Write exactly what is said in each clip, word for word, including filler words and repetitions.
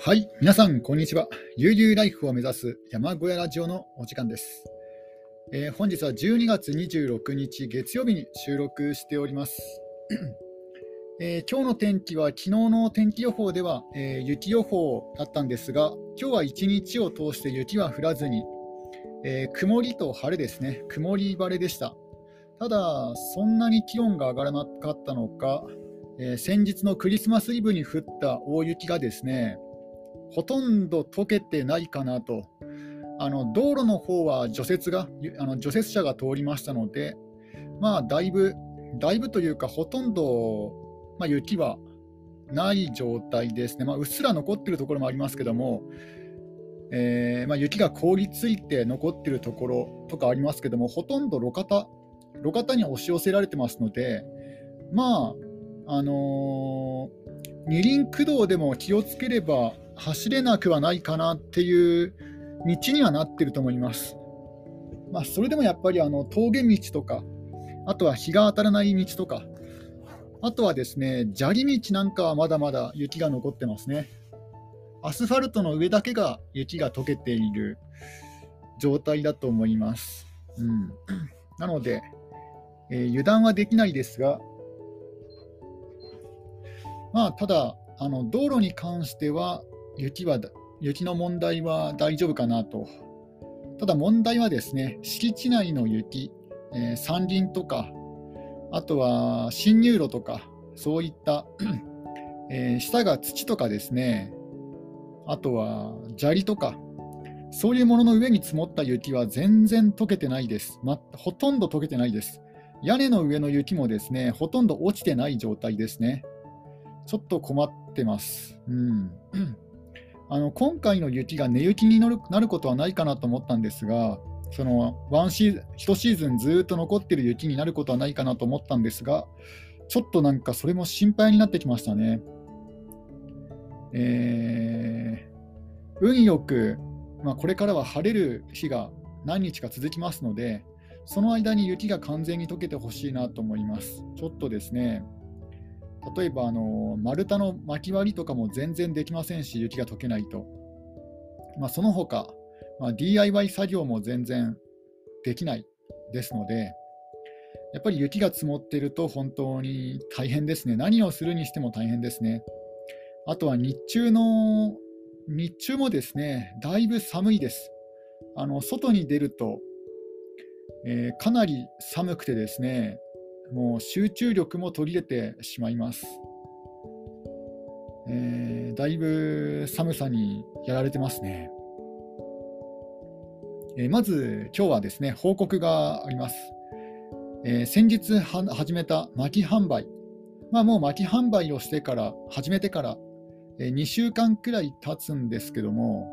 はい、皆さん、こんにちは。悠々ライフを目指す山小屋ラジオのお時間です。えー本日はじゅうにがつにじゅうろくにち月曜日に収録しております。えー今日の天気は昨日の天気予報では、えー雪予報だったんですが、今日は一日を通して雪は降らずに、えー曇りと晴れですね。曇り晴れでした。ただ、そんなに気温が上がらなかったのか、えー先日のクリスマスイブに降った大雪がですね、ほとんど溶けてないかなと。あの道路の方は除雪があの除雪車が通りましたので、まあ、だいぶ、だいぶというか、ほとんど、まあ、雪はない状態ですね。まあ、うっすら残っているところもありますけども、えーまあ、雪が凍りついて残っているところとかありますけども、ほとんど路肩、路肩に押し寄せられてますので、まあ、あのー二輪駆動でも気をつければ走れなくはないかなっていう道にはなっていると思います。まあ、それでもやっぱりあの峠道とか、あとは日が当たらない道とか、あとはですね、砂利道なんかはまだまだ雪が残ってますね。アスファルトの上だけが雪が溶けている状態だと思います。うん、なので、えー油断はできないですが、まあ、ただあの道路に関しては雪は雪の問題は大丈夫かなと。ただ問題はですね、敷地内の雪、えー山林とか、あとは侵入路とか、そういった、えー下が土とかですね、あとは砂利とか、そういうものの上に積もった雪は全然溶けてないです。ま、ほとんど溶けてないです。屋根の上の雪もですね、ほとんど落ちてない状態ですね。ちょっと困ってます。うん、あの今回の雪が根雪になる、なることはないかなと思ったんですが、そのワンシーズン、いちシーズンずっと残っている雪になることはないかなと思ったんですが、ちょっとなんかそれも心配になってきましたね。えー運よく、まあ、これからは晴れる日が何日か続きますので、その間に雪が完全に溶けてほしいなと思います。ちょっとですね、例えばあの丸太の巻き割りとかも全然できませんし、雪が溶けないと。まあ、その他、まあ、ディーアイワイ 作業も全然できないですので、やっぱり雪が積もっていると本当に大変ですね。何をするにしても大変ですね。あとは日中の、日中もですね、だいぶ寒いです。あの外に出ると、えーかなり寒くてですね、もう集中力も途切れてしまいます。えーだいぶ寒さにやられてますね。えーまず今日はですね、報告があります。えー先日は始めた薪販売、まあ、もう薪販売をしてから、始めてから、えーにしゅうかんくらい経つんですけども、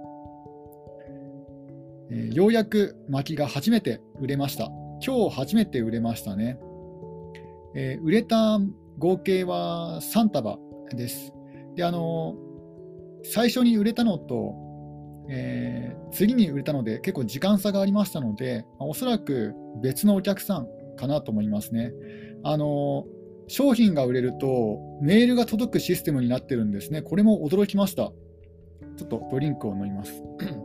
えーようやく薪が初めて売れました。今日初めて売れましたね。えー売れた合計はさんたばです。で、あの最初に売れたのと、えー次に売れたので結構時間差がありましたので、まあおそらく別のお客さんかなと思いますね。あの商品が売れるとメールが届くシステムになってるんですね。これも驚きました。ちょっとドリンクを飲みます。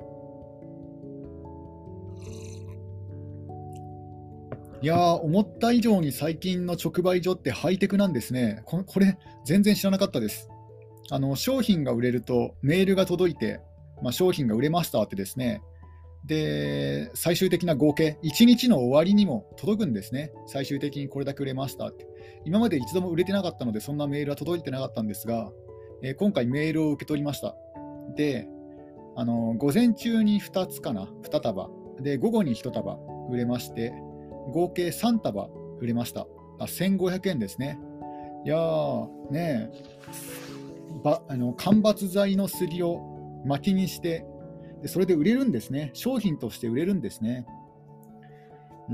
いやー、思った以上に最近の直売所ってハイテクなんですね。ここれ、全然知らなかったです。あの商品が売れるとメールが届いて、まあ、商品が売れましたってですね、で、最終的な合計、いちにちの終わりにも届くんですね。最終的にこれだけ売れましたって。今まで一度も売れてなかったので、そんなメールは届いてなかったんですが、えー今回メールを受け取りました。で、あの午前中にふたつかな、に束。で、午後にいち束売れまして、合計さん束売れました。あ、せんごひゃくえんですね。いやー、ねえ、ばあの間伐材の杉を薪にして、でそれで売れるんですね。商品として売れるんですね。うん、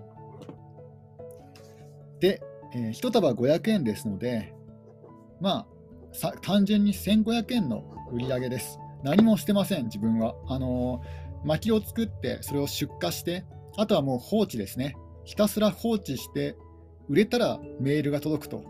で、えー、いち束ごひゃくえんですので、まあ、さ単純にせんごひゃくえんの売り上げです。何もしてません、自分は。あのー薪を作って、それを出荷して、あとはもう放置ですね。ひたすら放置して、売れたらメールが届くと。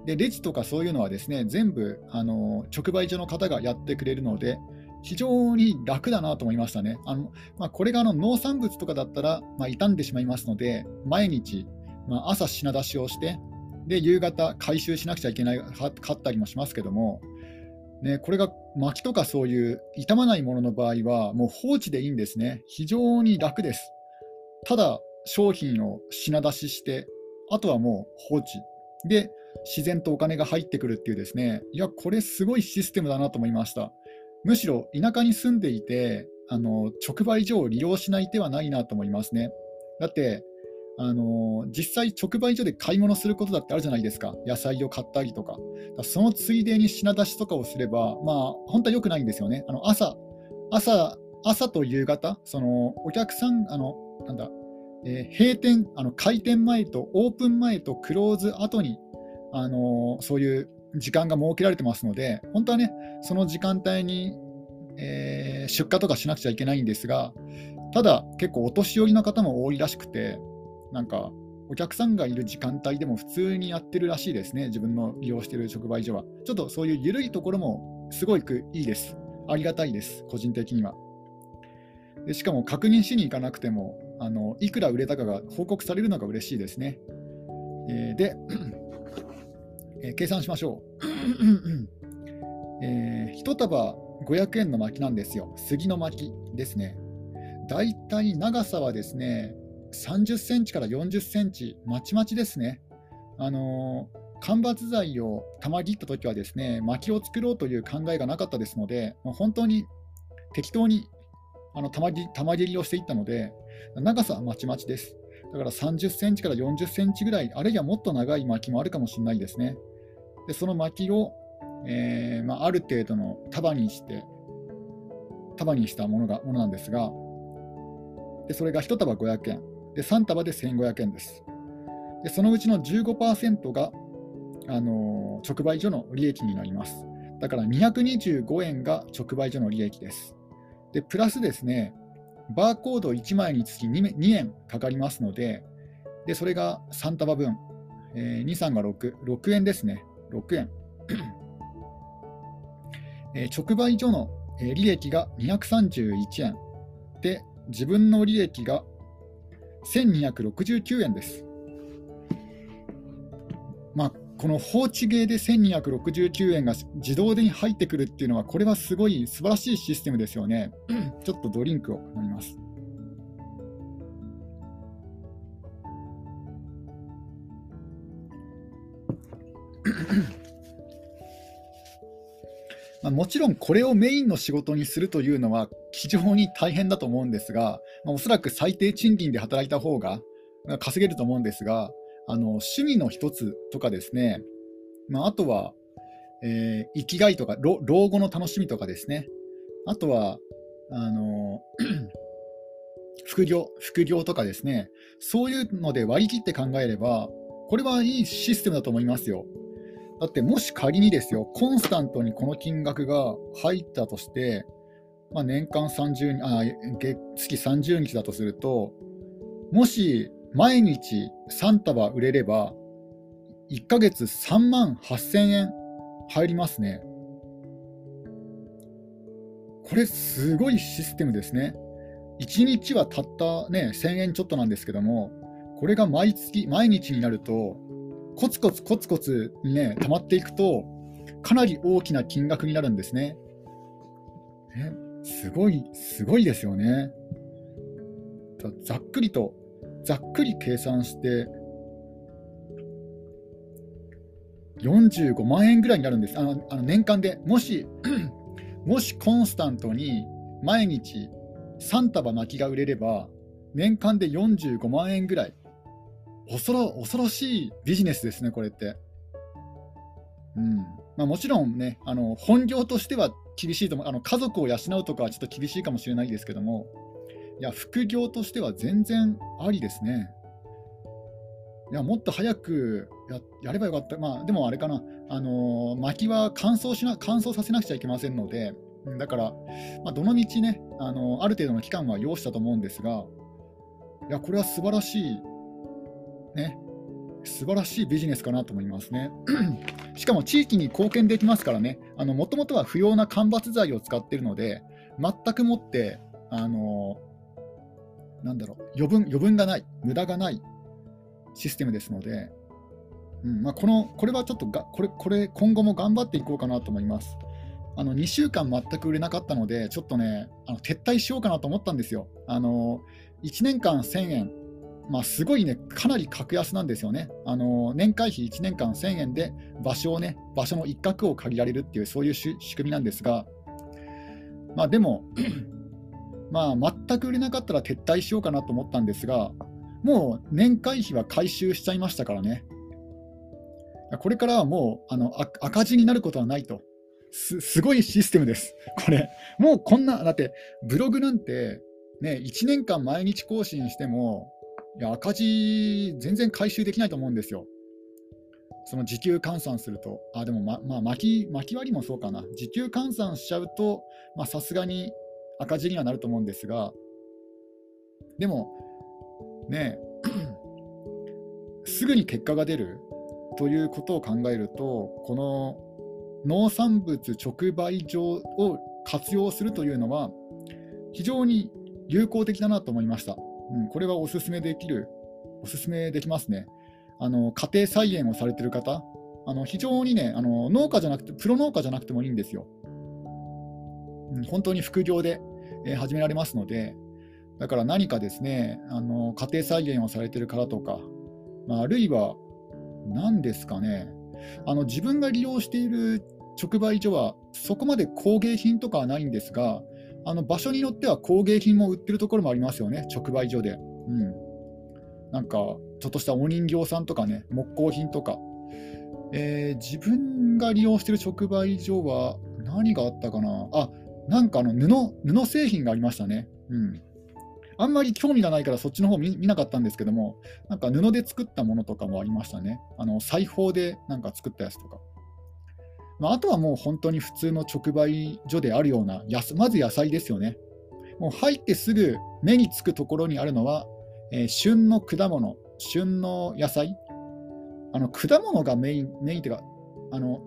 でレジとかそういうのはですね、全部あの直売所の方がやってくれるので、非常に楽だなと思いましたね。あのまあ、これがあの農産物とかだったら、まあ、傷んでしまいますので、毎日、まあ、朝品出しをして、で夕方回収しなくちゃいけないかったりもしますけども、ね、これが薪とかそういう傷まないものの場合は、もう放置でいいんですね。非常に楽です。ただ商品を品出しして、あとはもう放置で自然とお金が入ってくるっていうですね、いや、これすごいシステムだなと思いました。むしろ田舎に住んでいて、あの直売所を利用しない手はないなと思いますね。だって、あの実際、直売所で買い物することだってあるじゃないですか、野菜を買ったりとか、だからそのついでに品出しとかをすれば、まあ、本当は良くないんですよね。あの朝朝朝と夕方、そのお客さん、あのなんだ、えー閉店あの開店前とオープン前とクローズ後に、あのそういう時間が設けられてますので、本当はね、その時間帯に、えー出荷とかしなくちゃいけないんですが、ただ、結構お年寄りの方も多いらしくて、なんかお客さんがいる時間帯でも普通にやってるらしいですね、自分の利用している直売所は。ちょっとそういう緩いところもすごくいいです。ありがたいです、個人的には。でしかも確認しに行かなくても、あのいくら売れたかが報告されるのが嬉しいですね。えーで、えー計算しましょう。えー、いち束ごひゃくえんの薪なんですよ。杉の薪ですね。だいたい長さはですね、さんじゅっセンチからよんじゅっセンチ、まちまちですね。あのー間伐材を玉切ったときはですね、薪を作ろうという考えがなかったですので、もう本当に適当にあの玉切り玉切りをしていったので、長さはまちまちです。だからさんじゅっセンチからよんじゅっセンチぐらい、あるいはもっと長い薪もあるかもしれないですね。でその薪を、えーまあ、ある程度の束にして束にしたものがものなんですが、でそれがいち束ごひゃくえんで、さん束でせんごひゃくえんです。でそのうちのじゅうごパーセントが、あのー直売所の利益になります。だからにひゃくにじゅうごえんが直売所の利益です。でプラスですね、バーコードいちまいにつき 2, にえんかかりますので、でそれがさん束分、えー、に、さんがろく、ろくえんですね、ろくえん。えー直売所のえー利益がにひゃくさんじゅういちえんで、自分の利益がせんにひゃくろくじゅうきゅうえんです。まあ、この放置ゲーでせんにひゃくろくじゅうきゅうえんが自動で入ってくるっていうのは、これはすごい素晴らしいシステムですよね。ちょっとドリンクを飲みます。まあ、もちろんこれをメインの仕事にするというのは非常に大変だと思うんですが、まあ、おそらく最低賃金で働いた方がまあ稼げると思うんですが、あの趣味の一つとかですね、まあ、あとは、えー生きがいとか老老後の楽しみとかですね、あとはあの副業副業とかですね、そういうので割り切って考えれば、これはいいシステムだと思いますよ。だってもし仮にですよ、コンスタントにこの金額が入ったとして、まあ、年間さんじゅうにあ月月さんじゅうにちだとすると、もし毎日さん束売れれば、いっかげつさんまんはっせんえん入りますね。これすごいシステムですね。いちにちはたった、ね、せんえんちょっとなんですけども、これが毎月、毎日になると、コツコツコツコツにね、溜まっていくと、かなり大きな金額になるんですね。えすごい、すごいですよね。ざっくりと、ざっくり計算して、よんじゅうごまんえんぐらいになるんです。あのあの年間で。もし、もしコンスタントに毎日さん束薪が売れれば、年間でよんじゅうごまんえんぐらい。恐ろ恐ろしいビジネスですね、これって。うんまあ、もちろんね、あの本業としては厳しいと思う。あの家族を養うとかはちょっと厳しいかもしれないですけども、いや副業としては全然ありですね。いやもっと早く や, やればよかった。まあ、でもあれかな、あのー薪は乾燥しな乾燥させなくちゃいけませんので、うんだから、まあ、どのみちね、あのーある程度の期間は要したと思うんですが、いやこれは素晴らしい、ね、 素晴らしいビジネスかなと思いますね。しかも地域に貢献できますからね、もともとは不要な間伐材を使っているので、全くもって、あのなんだろう、余分、余分がない、無駄がないシステムですので、うんまあ、このこれはちょっとがこれ、これ今後も頑張っていこうかなと思います。あのにしゅうかん全く売れなかったので、ちょっとね、あの撤退しようかなと思ったんですよ。あのいちねんかんせんえん、まあ、すごいね、かなり格安なんですよね。あの年会費いちねんかんせんえんで場所をね、場所の一角を借りられるっていう、そういう仕組みなんですが、まあ、でも、まあ、全く売れなかったら撤退しようかなと思ったんですが、もう年会費は回収しちゃいましたからね。これからはもうあの赤字になることはないと。す, すごいシステムです。これ、もうこんな、だってブログなんて、ね、いちねんかん毎日更新しても、いや赤字全然回収できないと思うんですよ。その時給換算すると。あ、でも、ままあ、巻き、巻き割りもそうかな。時給換算しちゃうと、さすがに赤字にはなると思うんですが、でも、ね、すぐに結果が出るということを考えると、この農産物直売所を活用するというのは非常に有効的だなと思いました。うん、これはお勧めできる、お勧めできますね。あの家庭菜園をされている方、あの非常にね、あの農家じゃなくて、プロ農家じゃなくてもいいんですよ。うん、本当に副業で、えー始められますので、だから何かですね、あの家庭菜園をされている方とか、まあ、あるいは何ですかね、あの自分が利用している直売所はそこまで工芸品とかはないんですが、あの場所によっては工芸品も売ってるところもありますよね、直売所で。うん、なんかちょっとしたお人形さんとかね、木工品とか、えー自分が利用している直売所は何があったかなあ、なんかあの布布製品がありましたね。うん、あんまり興味がないからそっちの方見見なかったんですけども、なんか布で作ったものとかもありましたね。あの裁縫でなんか作ったやつとか。まあ、あとはもう本当に普通の直売所であるようなやす、まず野菜ですよね。もう入ってすぐ目につくところにあるのは、えー旬の果物、旬の野菜、あの果物がメイン、メインというか、あの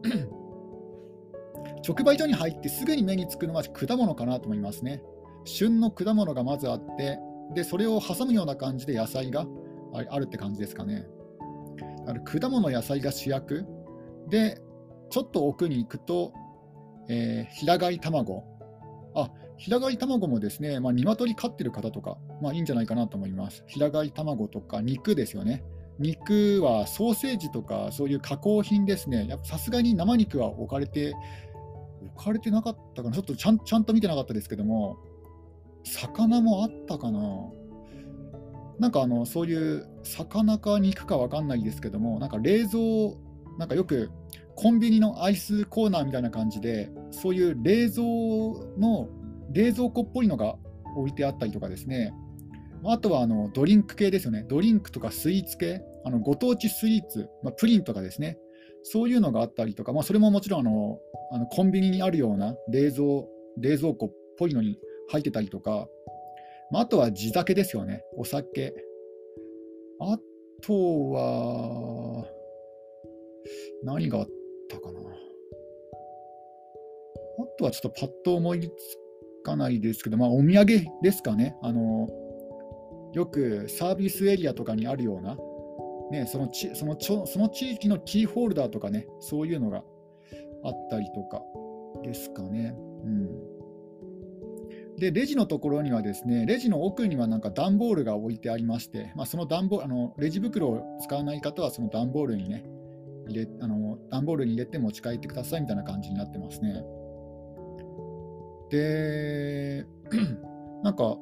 直売所に入ってすぐに目につくのは果物かなと思いますね。旬の果物がまずあって、でそれを挟むような感じで野菜がああるって感じですかね。あの果物、野菜が主役で、ちょっと奥に行くと、えー平飼い卵。あ、平飼い卵もですね、まあ、鶏飼ってる方とか、まあ、いいんじゃないかなと思います。平飼い卵とか肉ですよね。肉はソーセージとかそういう加工品ですね。やっぱさすがに生肉は置かれて、置かれてなかったかな。ちょっとちゃん、ちゃんと見てなかったですけども、魚もあったかな。なんかあのそういう魚か肉か分かんないですけども、なんか冷蔵、なんかよくコンビニのアイスコーナーみたいな感じで、そういう冷蔵の冷蔵庫っぽいのが置いてあったりとかですね、あとはあのドリンク系ですよね、ドリンクとかスイーツ系、あのご当地スイーツ、まあ、プリンとかですね、そういうのがあったりとか、まあ、それももちろんあのあのコンビニにあるような冷蔵冷蔵庫っぽいのに入ってたりとか、まあ、あとは地酒ですよね、お酒。あとは、何があったかな。あとはちょっとパッと思いつかないですけど、まあ、お土産ですかね。あのよくサービスエリアとかにあるような、ね、そのちそのちょその地域のキーホルダーとかね、そういうのがあったりとかですかね。うん、で、レジのところにはですね、レジの奥にはなんか段ボールが置いてありまして、まあ、その段ボール、あのレジ袋を使わない方はその段ボールにね、入れあの段ボールに入れて持ち帰ってくださいみたいな感じになってますね。で、なんか、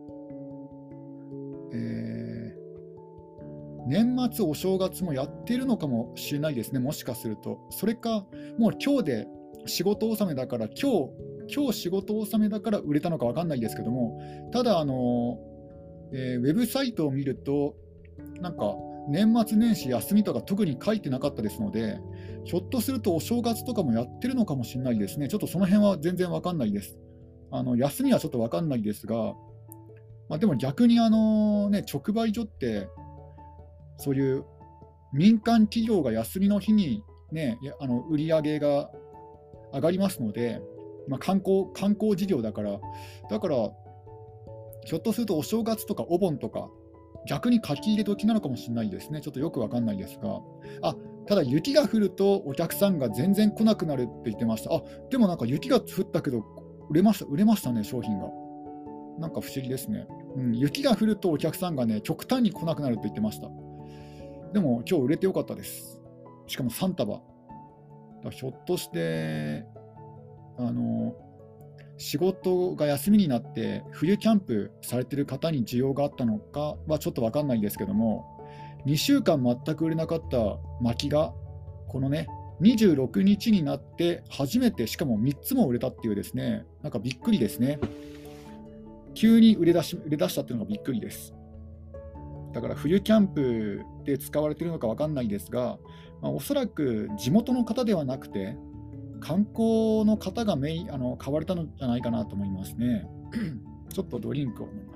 えー年末お正月もやってるのかもしれないですね、もしかすると。それか、もう今日で仕事納めだから、今日、今日仕事納めだから売れたのか分かんないですけども、ただ、あのえーウェブサイトを見ると、なんか、年末年始休みとか特に書いてなかったですので、ひょっとするとお正月とかもやってるのかもしれないですね。ちょっとその辺は全然分かんないです。あの休みはちょっと分かんないですが、まあ、でも逆にあの、ね、直売所って、そういう民間企業が休みの日に、ね、やあの売り上げが上がりますので、まあ、観光、観光事業だから、だから、ひょっとするとお正月とかお盆とか、逆に書き入れ時なのかもしれないですね。ちょっとよくわかんないですが。あ、ただ雪が降るとお客さんが全然来なくなるって言ってました。あ、でもなんか雪が降ったけど、売れました、売れましたね、商品が。なんか不思議ですね。うん、雪が降るとお客さんがね、極端に来なくなるって言ってました。でも今日売れてよかったです。しかもさんたば。だひょっとして、あの、仕事が休みになって冬キャンプされてる方に需要があったのかはちょっと分かんないんですけども、にしゅうかん全く売れなかった薪がこのねにじゅうろくにちになって初めて、しかもみっつも売れたっていうですね、なんかびっくりですね。急に売れ出し売れ出したっていうのがびっくりです。だから冬キャンプで使われているのか分かんないですが、まあ、おそらく地元の方ではなくて観光の方がメインあの買われたのじゃないかなと思いますね。ちょっとドリンクを飲みます。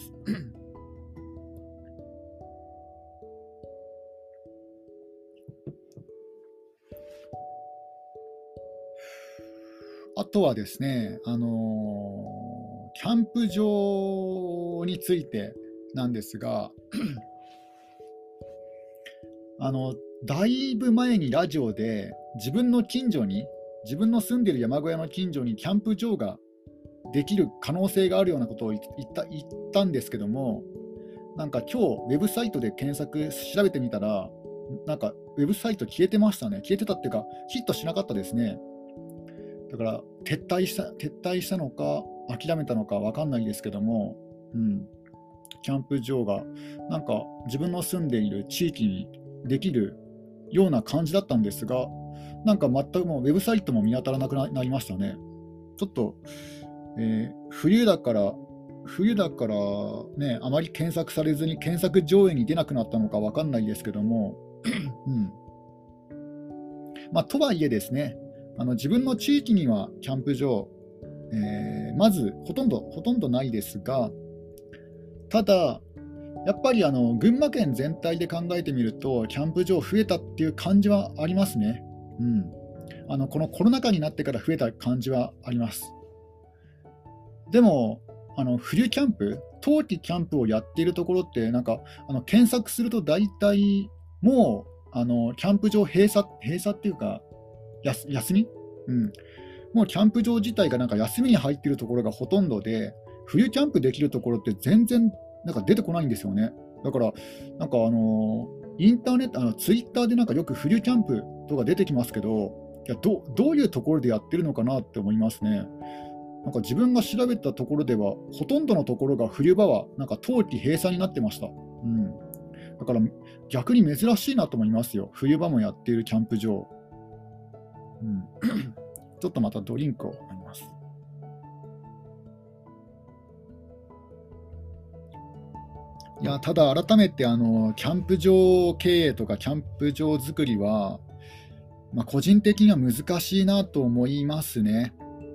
あとはですね、あのーキャンプ場についてなんですが、あのだいぶ前にラジオで自分の近所に、自分の住んでいる山小屋の近所にキャンプ場ができる可能性があるようなことを言った言ったんですけども、なんか今日ウェブサイトで検索調べてみたら、なんかウェブサイト消えてましたね。消えてたっていうか、ヒットしなかったですね。だから撤退した撤退したのか諦めたのか分かんないですけども、うん、キャンプ場がなんか自分の住んでいる地域にできるような感じだったんですが、なんか全くもうウェブサイトも見当たらなくなりましたね。ちょっと、えー冬だから冬だからね、あまり検索されずに検索上位に出なくなったのか分かんないですけども、うんまあ、とはいえですね、あの自分の地域にはキャンプ場、えーまずほとんどほとんどないですが、ただやっぱりあの群馬県全体で考えてみるとキャンプ場増えたっていう感じはありますね。うん、あのこのコロナ禍になってから増えた感じはあります。でもあの冬キャンプ、冬季キャンプをやっているところって、なんかあの検索すると大体もうあのキャンプ場閉鎖、閉鎖っていうかやす休み、うん、もうキャンプ場自体がなんか休みに入っているところがほとんどで、冬キャンプできるところって全然なんか出てこないんですよね。だから、なんかあのインターネット、あのツイッターでなんかよく冬キャンプとか出てきますけど、いやどどういうところでやってるのかなって思いますね。なんか自分が調べたところでは、ほとんどのところが冬場はなんか冬季閉鎖になってました。うん、だから逆に珍しいなと思いますよ、冬場もやっているキャンプ場。うん、ちょっとまたドリンクを飲みます。いやただ改めてあのキャンプ場経営とかキャンプ場作りは、まあ、個人的には難しいなと思いますね。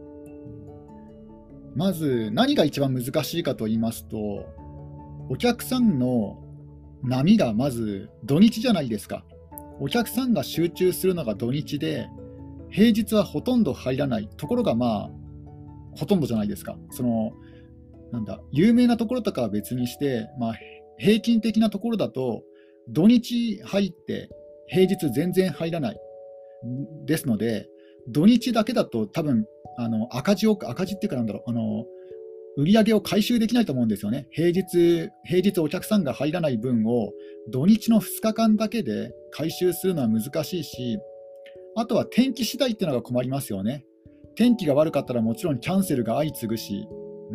まず何が一番難しいかと言いますと、お客さんの波がまず土日じゃないですか。お客さんが集中するのが土日で、平日はほとんど入らないところがまあほとんどじゃないですか。そのなんだ有名なところとかは別にして、まあ、平均的なところだと土日入って平日全然入らないですので、土日だけだと多分あの赤字を赤字っていうかなんだろうあの売り上げを回収できないと思うんですよね。平日平日お客さんが入らない分を土日のふつかかんだけで回収するのは難しいし、あとは天気次第っていうのが困りますよね。天気が悪かったらもちろんキャンセルが相次ぐし、うん、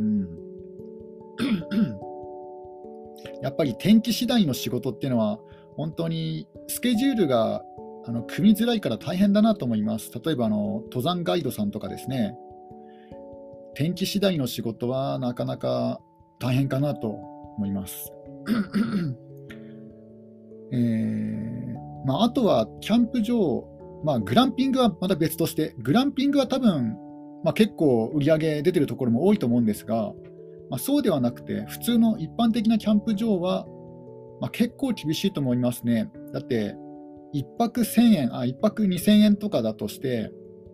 やっぱり天気次第の仕事っていうのは本当にスケジュールがあの組みづらいから大変だなと思います。例えばあの登山ガイドさんとかですね、天気次第の仕事はなかなか大変かなと思います。えーまあ、あとはキャンプ場、まあ、グランピングはまた別として、グランピングは多分、まあ、結構売り上げ出てるところも多いと思うんですが、まあ、そうではなくて、普通の一般的なキャンプ場は、まあ、結構厳しいと思いますね。だって、 いっぱくせんえん、あ、いっぱくにせんえんとかだとして、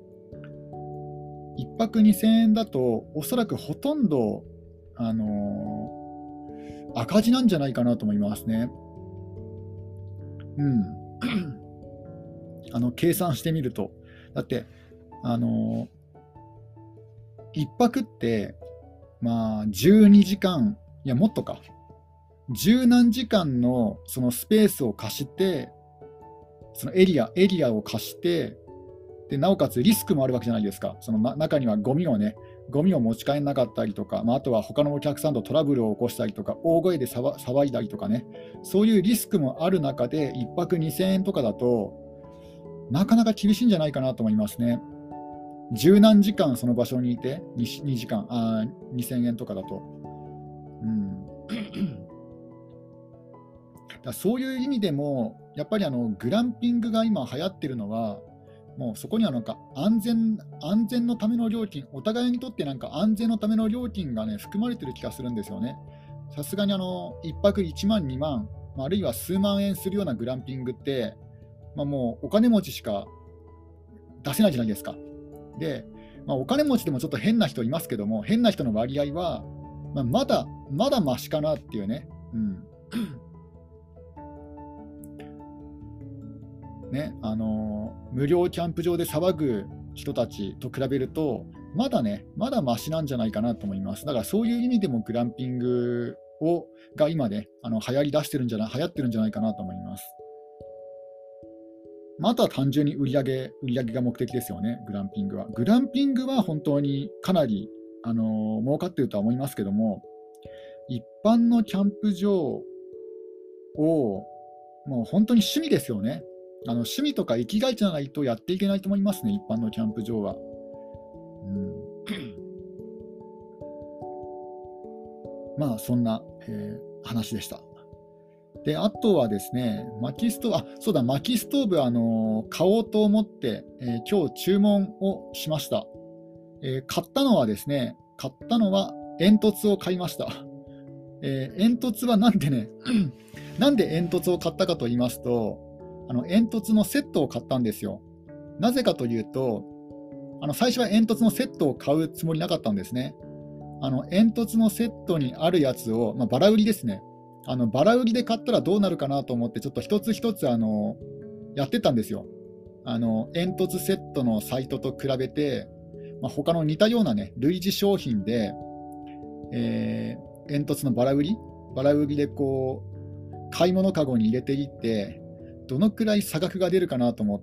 いっぱくにせんえんだと、おそらくほとんど、あのー赤字なんじゃないかなと思いますね。うん。あの計算してみると。だって、あのー、いっぱくって、まあ、じゅうにじかん、いや、もっとか、十何時間のそのスペースを貸して、そのエリア、エリアを貸して、でなおかつリスクもあるわけじゃないですか。そのな中にはゴミをね、ゴミを持ち帰らなかったりとか、まあ、あとは他のお客さんとトラブルを起こしたりとか、大声で騒騒いだりとかね、そういうリスクもある中で、いっぱくにせんえんとかだと、なかなか厳しいんじゃないかなと思いますね。十何時間その場所にいて、に, にじかん、あにせんえんとかだと。うん、だそういう意味でも、やっぱりあのグランピングが今流行ってるのは、もうそこにはなんか安全、安全のための料金、お互いにとってなんか安全のための料金が、ね、含まれてる気がするんですよね。さすがにあのいっぱくいちまん、にまん、あるいは数万円するようなグランピングって、まあ、もうお金持ちしか出せないじゃないですか。で、まあ、お金持ちでもちょっと変な人いますけども、変な人の割合は、まあ、まだまだマシかなっていうね。うんね、あのー無料キャンプ場で騒ぐ人たちと比べると、まだね、まだマシなんじゃないかなと思います。だからそういう意味でもグランピングをが今ね、あの流行り出してるんじゃない、流行ってるんじゃないかなと思います。まあ、あとは単純に売り上げ、売り上げが目的ですよね、グランピングは。グランピングは本当にかなり、あのー儲かってるとは思いますけども、一般のキャンプ場を、もう本当に趣味ですよね。あの趣味とか生きがいじゃないとやっていけないと思いますね、一般のキャンプ場は。うん、まあ、そんな、えー話でした。で、あとはですね、薪ストーブ、あ、そうだ、薪ストーブ、あのー買おうと思って、えー今日注文をしました。えー買ったのはですね、買ったのは煙突を買いました。えー煙突はなんでね、なんで煙突を買ったかと言いますと、あの煙突のセットを買ったんですよ。なぜかというと、あの最初は煙突のセットを買うつもりなかったんですね。あの煙突のセットにあるやつを、まあ、バラ売りですね。あのバラ売りで買ったらどうなるかなと思って、ちょっと一つ一つあのやってたんですよ。あの煙突セットのサイトと比べて、まあ、他の似たようなね、類似商品で、えー煙突のバラ売り、バラ売りでこう買い物かごに入れていって、どのくらい差額が出るかなと思って、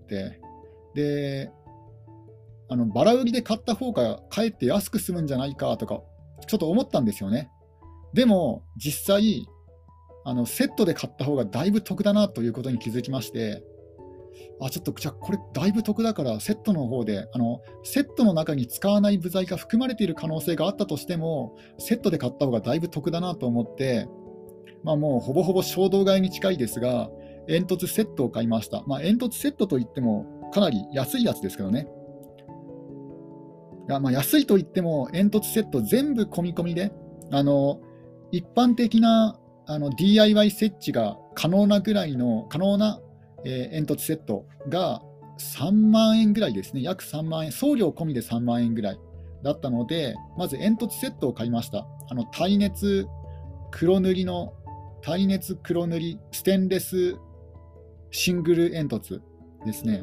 で、あのバラ売りで買った方がかえって安く済むんじゃないかとか、ちょっと思ったんですよね。でも、実際、あのセットで買った方がだいぶ得だなということに気づきまして、あ、ちょっと、じゃあこれだいぶ得だから、セットの方で、あの、セットの中に使わない部材が含まれている可能性があったとしても、セットで買った方がだいぶ得だなと思って、まあ、もうほぼほぼ衝動買いに近いですが、煙突セットを買いました。まあ、煙突セットといっても、かなり安いやつですけどね。いやまあ安いといっても、煙突セット全部込み込みで、あの一般的なあの ディーアイワイ 設置が可能なぐらいの、可能な、えー煙突セットがさんまんえんぐらいですね、約さんまんえん、送料込みでさんまんえんぐらいだったので、まず煙突セットを買いました。あの耐熱黒塗りの、耐熱黒塗りステンレスシングル煙突ですね。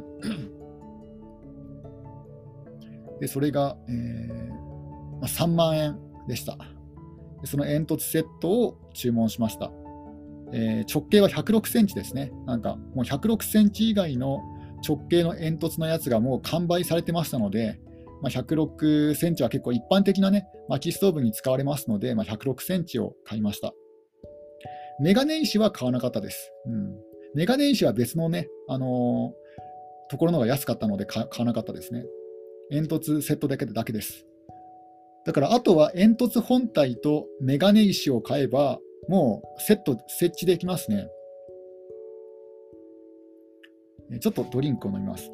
でそれが、えーまあ、さんまんえんでした。でその煙突セットを注文しました。えー直径はひゃくろくセンチですね。なんかもうひゃくろくセンチ以外の直径の煙突のやつがもう完売されてましたので、まあ、ひゃくろくセンチは結構一般的なね、薪ストーブに使われますので、まあ、ひゃくろくセンチを買いました。メガネ石は買わなかったです。うん、メガネ石は別のね、あのーところの方が安かったので買わなかったですね。煙突セットだけだけです。だからあとは煙突本体とメガネ石を買えば、もうセット、設置できますね。ちょっとドリンクを飲みます。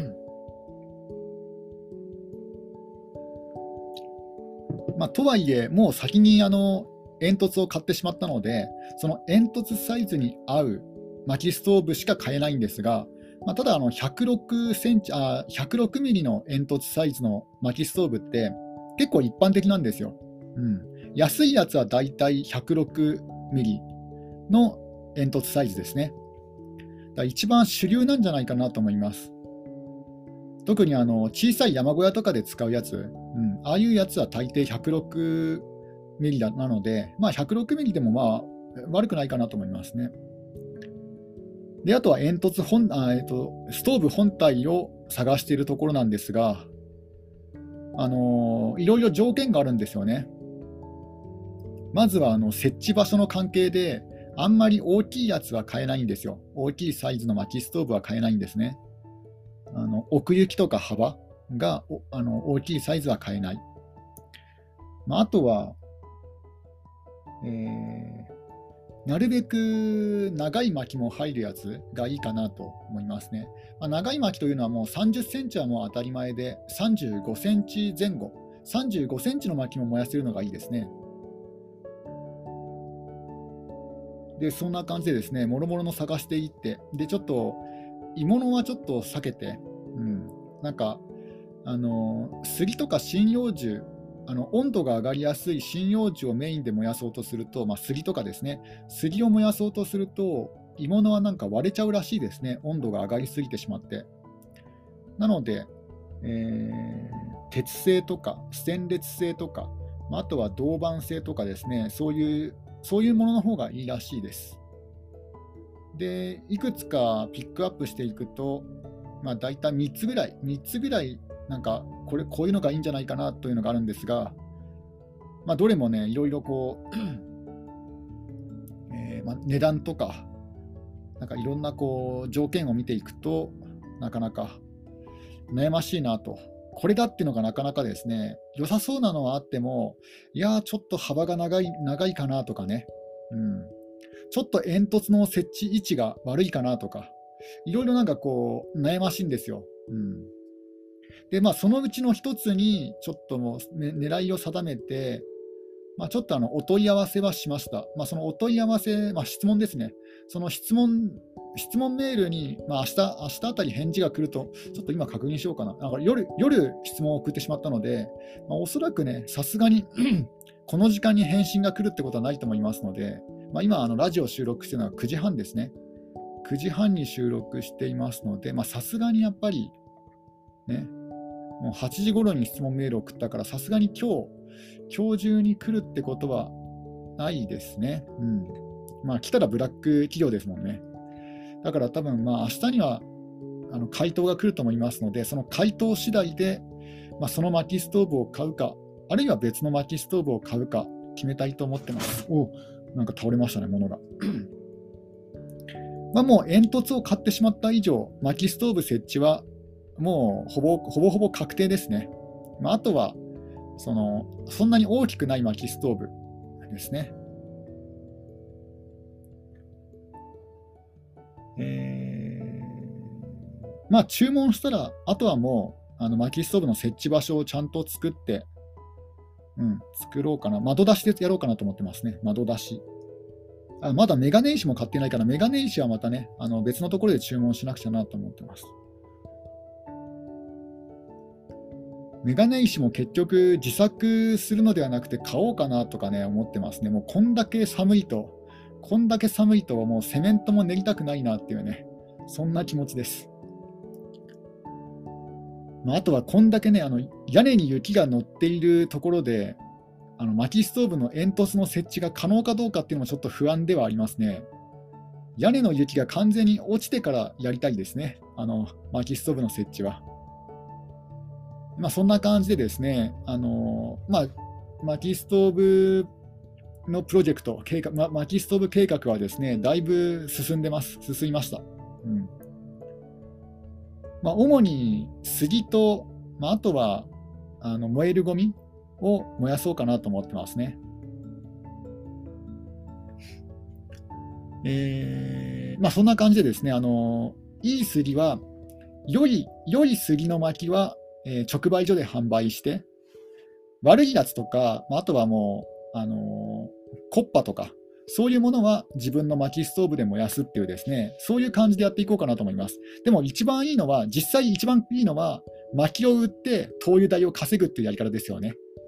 まあ、とはいえ、もう先にあの煙突を買ってしまったので、その煙突サイズに合う薪ストーブしか買えないんですが、 まあ、ただあのひゃくろくセンチ、あ、ひゃくろくミリの煙突サイズの薪ストーブって結構一般的なんですよ。うん、安いやつはだいたいひゃくろくミリの煙突サイズですね。だから一番主流なんじゃないかなと思います。特にあの小さい山小屋とかで使うやつ、うん、ああいうやつは大抵ひゃくろくミリなので、まあ、ひゃくろくミリでもまあ悪くないかなと思いますね。で、あとは煙突本あ、えっと、ストーブ本体を探しているところなんですが、あのいろいろ条件があるんですよね。まずはあの設置場所の関係で、あんまり大きいやつは買えないんですよ。大きいサイズの薪ストーブは買えないんですね。あの奥行きとか幅があの大きいサイズは買えない。まあ、あとは、えーなるべく長い薪も入るやつがいいかなと思いますね。まあ、長い薪というのはもうさんじゅっセンチはもう当たり前で、さんじゅうごセンチ前後、さんじゅうごセンチの薪も燃やせるのがいいですね。で、そんな感じでですね、もろもろの探していって、で、ちょっと、鋳物はちょっと避けて、うん、なんか、あの、杉とか針葉樹、あの温度が上がりやすい針葉樹をメインで燃やそうとすると、まあ、杉とかですね、杉を燃やそうとすると、鋳物はなんか割れちゃうらしいですね、温度が上がりすぎてしまって。なので、えー鉄製とかステンレス製とか、まあ、あとは銅板製とかですね、そういう、そういうものの方がいいらしいです。で、いくつかピックアップしていくと、まあ、大体みっつぐらい、みっつぐらい、なんかこれ、こういうのがいいんじゃないかなというのがあるんですが、まあ、どれもね、いろいろこう、えーまあ、値段とか、なんかいろんなこう条件を見ていくと、なかなか悩ましいなと。これだっていうのがなかなかですね、良さそうなのはあっても、いやー、ちょっと幅が長い、長いかなとかね、うん、ちょっと煙突の設置位置が悪いかなとか、いろいろなんかこう、悩ましいんですよ。うん、で、まあ、そのうちの一つに、ちょっともう、ね、狙いを定めて、まあ、ちょっとあのお問い合わせはしました。まあ、そのお問い合わせ、まあ、質問ですね。その質問、質問メールに、まあ、明日、明日あたり返事が来ると、ちょっと今確認しようかな。なんか夜、夜質問を送ってしまったので、まあ、おそらくね、さすがにこの時間に返信が来るってことはないと思いますので、まあ、今、あのラジオ収録しているのはくじはんですね。くじはんに収録していますので、さすがにやっぱり、ね、もうはちじ頃に質問メールを送ったから、さすがに今日、今日中に来るってことはないですね。うん。まあ、来たらブラック企業ですもんね。だから多分、まあ、明日にはあの回答が来ると思いますので、その回答次第で、まあ、その薪ストーブを買うか、あるいは別の薪ストーブを買うか決めたいと思ってます。お、なんか倒れましたね、物が。まあもう煙突を買ってしまった以上、薪ストーブ設置はもうほぼほぼほぼ確定ですね。まあ、あとはその、そんなに大きくない薪ストーブですね。えー、まあ注文したら、あとはもうあの薪ストーブの設置場所をちゃんと作って、うん、作ろうかな。窓出しでやろうかなと思ってますね。窓出し。あ、まだメガネ石も買ってないから、メガネ石はまたね、あの別のところで注文しなくちゃなと思ってます。メガネ石も結局自作するのではなくて買おうかなとかね、思ってますね。もうこんだけ寒いと、こんだけ寒いともうセメントも練りたくないなっていうね、そんな気持ちです。まあ、あとはこんだけね、あの屋根に雪が乗っているところで、あの薪ストーブの煙突の設置が可能かどうかっていうのもちょっと不安ではありますね。屋根の雪が完全に落ちてからやりたいですね、あの薪ストーブの設置は。まあ、そんな感じでですね、あのまあ、薪ストーブのプロジェクト、計画、ま、薪ストーブ計画はですね、だいぶ進んでます、進みました。うんまあ、主に杉と、まあ、あとはあの燃えるゴミを燃やそうかなと思ってますね。えーまあ、そんな感じでですね、あのいい杉は、良い、良い杉の薪は、えー直売所で販売して、悪いやつとか、まあ、あとはもう、あのーコッパとか、 そういうものは自分の薪ストーブで燃やすっていうですね、そういう感じでやっていこうかなと思います。でも一番いいのは、実際一番いいのは、薪を売って灯油代を稼ぐっていうやり方ですよね。